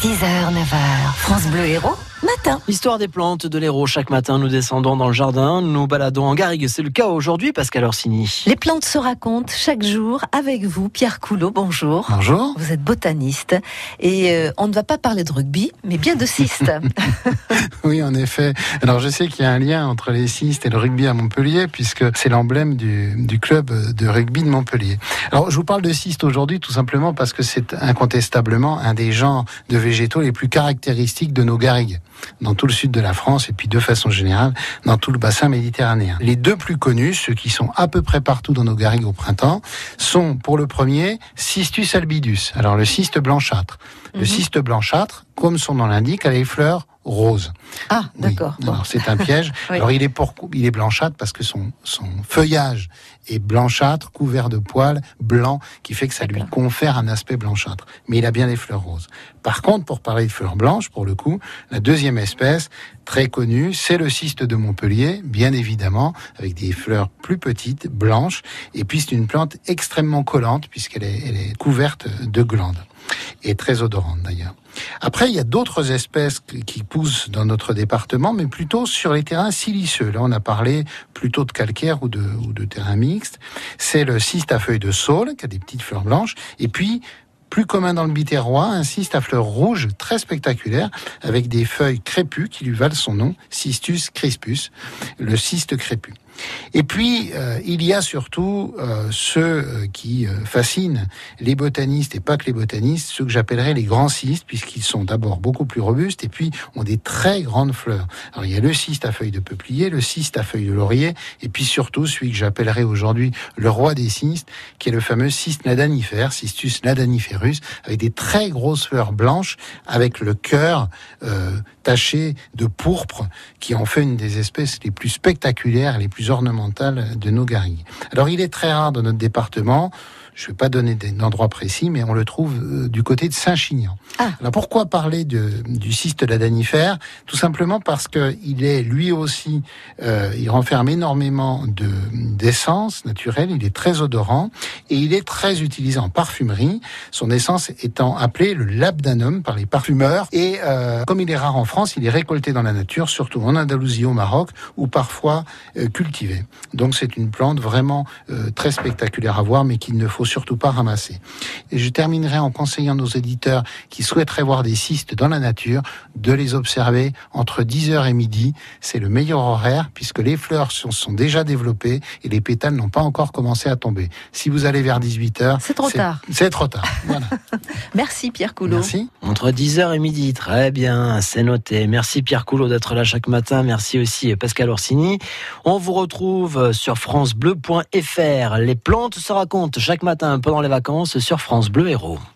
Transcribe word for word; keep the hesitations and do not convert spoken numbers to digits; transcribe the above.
six heures, neuf heures, France Bleu Héros, matin. Histoire des plantes de l'Hérault. Chaque matin, nous descendons dans le jardin, nous baladons en garrigue. C'est le cas aujourd'hui, Pascal Orsini. Les plantes se racontent chaque jour avec vous, Pierre Coulot. Bonjour. Bonjour. Vous êtes botaniste et euh, on ne va pas parler de rugby, mais bien de cystes. Oui, en effet. Alors, je sais qu'il y a un lien entre les cystes et le rugby à Montpellier, puisque c'est l'emblème du, du club de rugby de Montpellier. Alors, je vous parle de cystes aujourd'hui tout simplement parce que c'est incontestablement un des genres de végétaux les plus caractéristiques de nos garrigues, dans tout le sud de la France et puis de façon générale dans tout le bassin méditerranéen. Les deux plus connus, ceux qui sont à peu près partout dans nos garrigues au printemps, sont pour le premier Cystus albidus. Alors le cyste blanchâtre. Mm-hmm. Le cyste blanchâtre, comme son nom l'indique, a les fleurs roses. Ah, d'accord. Oui. Alors c'est un piège. Oui. Alors il est pour, il est blanchâtre parce que son son feuillage est blanchâtre, couvert de poils blancs, qui fait que ça d'accord. lui confère un aspect blanchâtre. Mais il a bien les fleurs roses. Par contre, pour parler de fleurs blanches, pour le coup, la deuxième espèce très connue, c'est le cyste de Montpellier, bien évidemment, avec des fleurs plus petites, blanches. Et puis c'est une plante extrêmement collante puisqu'elle est, elle est couverte de glandes et très odorante d'ailleurs. Après, il y a d'autres espèces qui poussent dans notre département, mais plutôt sur les terrains siliceux. Là, on a parlé plutôt de calcaire ou de, ou de terrain mixte. C'est le cyste à feuilles de saule, qui a des petites fleurs blanches. Et puis, plus commun dans le Biterrois, un cyste à fleurs rouges très spectaculaire, avec des feuilles crépues qui lui valent son nom, Cystus crispus, le cyste crépu. Et puis, euh, il y a surtout euh, ceux euh, qui euh, fascinent les botanistes, et pas que les botanistes, ceux que j'appellerais les grands cystes, puisqu'ils sont d'abord beaucoup plus robustes, et puis ont des très grandes fleurs. Alors, il y a le cyste à feuilles de peuplier, le cyste à feuilles de laurier, et puis surtout celui que j'appellerais aujourd'hui le roi des cystes, qui est le fameux cyste nadanifère, Cystus nadaniferus, avec des très grosses fleurs blanches, avec le cœur euh, taché de pourpre, qui en fait une des espèces les plus spectaculaires, les plus ornementales de nos garrigues. Alors il est très rare dans notre département, je ne vais pas donner d'endroit précis, mais on le trouve euh, du côté de Saint-Chinian. Ah. Alors pourquoi parler de, du cyste nadanifère ? Tout simplement parce qu'il est lui aussi, euh, il renferme énormément de, d'essence naturelle, il est très odorant et il est très utilisé en parfumerie, son essence étant appelée le labdanum par les parfumeurs. Et euh, comme il est rare en France, il est récolté dans la nature, surtout en Andalousie, au Maroc, ou parfois euh, cultivé. Donc c'est une plante vraiment euh, très spectaculaire à voir, mais qu'il ne faut surtout pas ramasser. Et je terminerai en conseillant nos éditeurs qui souhaiteraient voir des cystes dans la nature de les observer entre dix heures et midi. C'est le meilleur horaire puisque les fleurs sont, sont déjà développées et les pétales n'ont pas encore commencé à tomber. Si vous allez vers dix-huit heures, c'est trop c'est, tard. C'est trop tard. Voilà. Merci Pierre Coulot. Merci. Entre dix heures et midi, très bien, c'est noté. Merci Pierre Coulot d'être là chaque matin. Merci aussi Pascal Orsini. On vous retrouve sur francebleu point fr. Les plantes se racontent chaque matin pendant les vacances sur France Bleu Héros.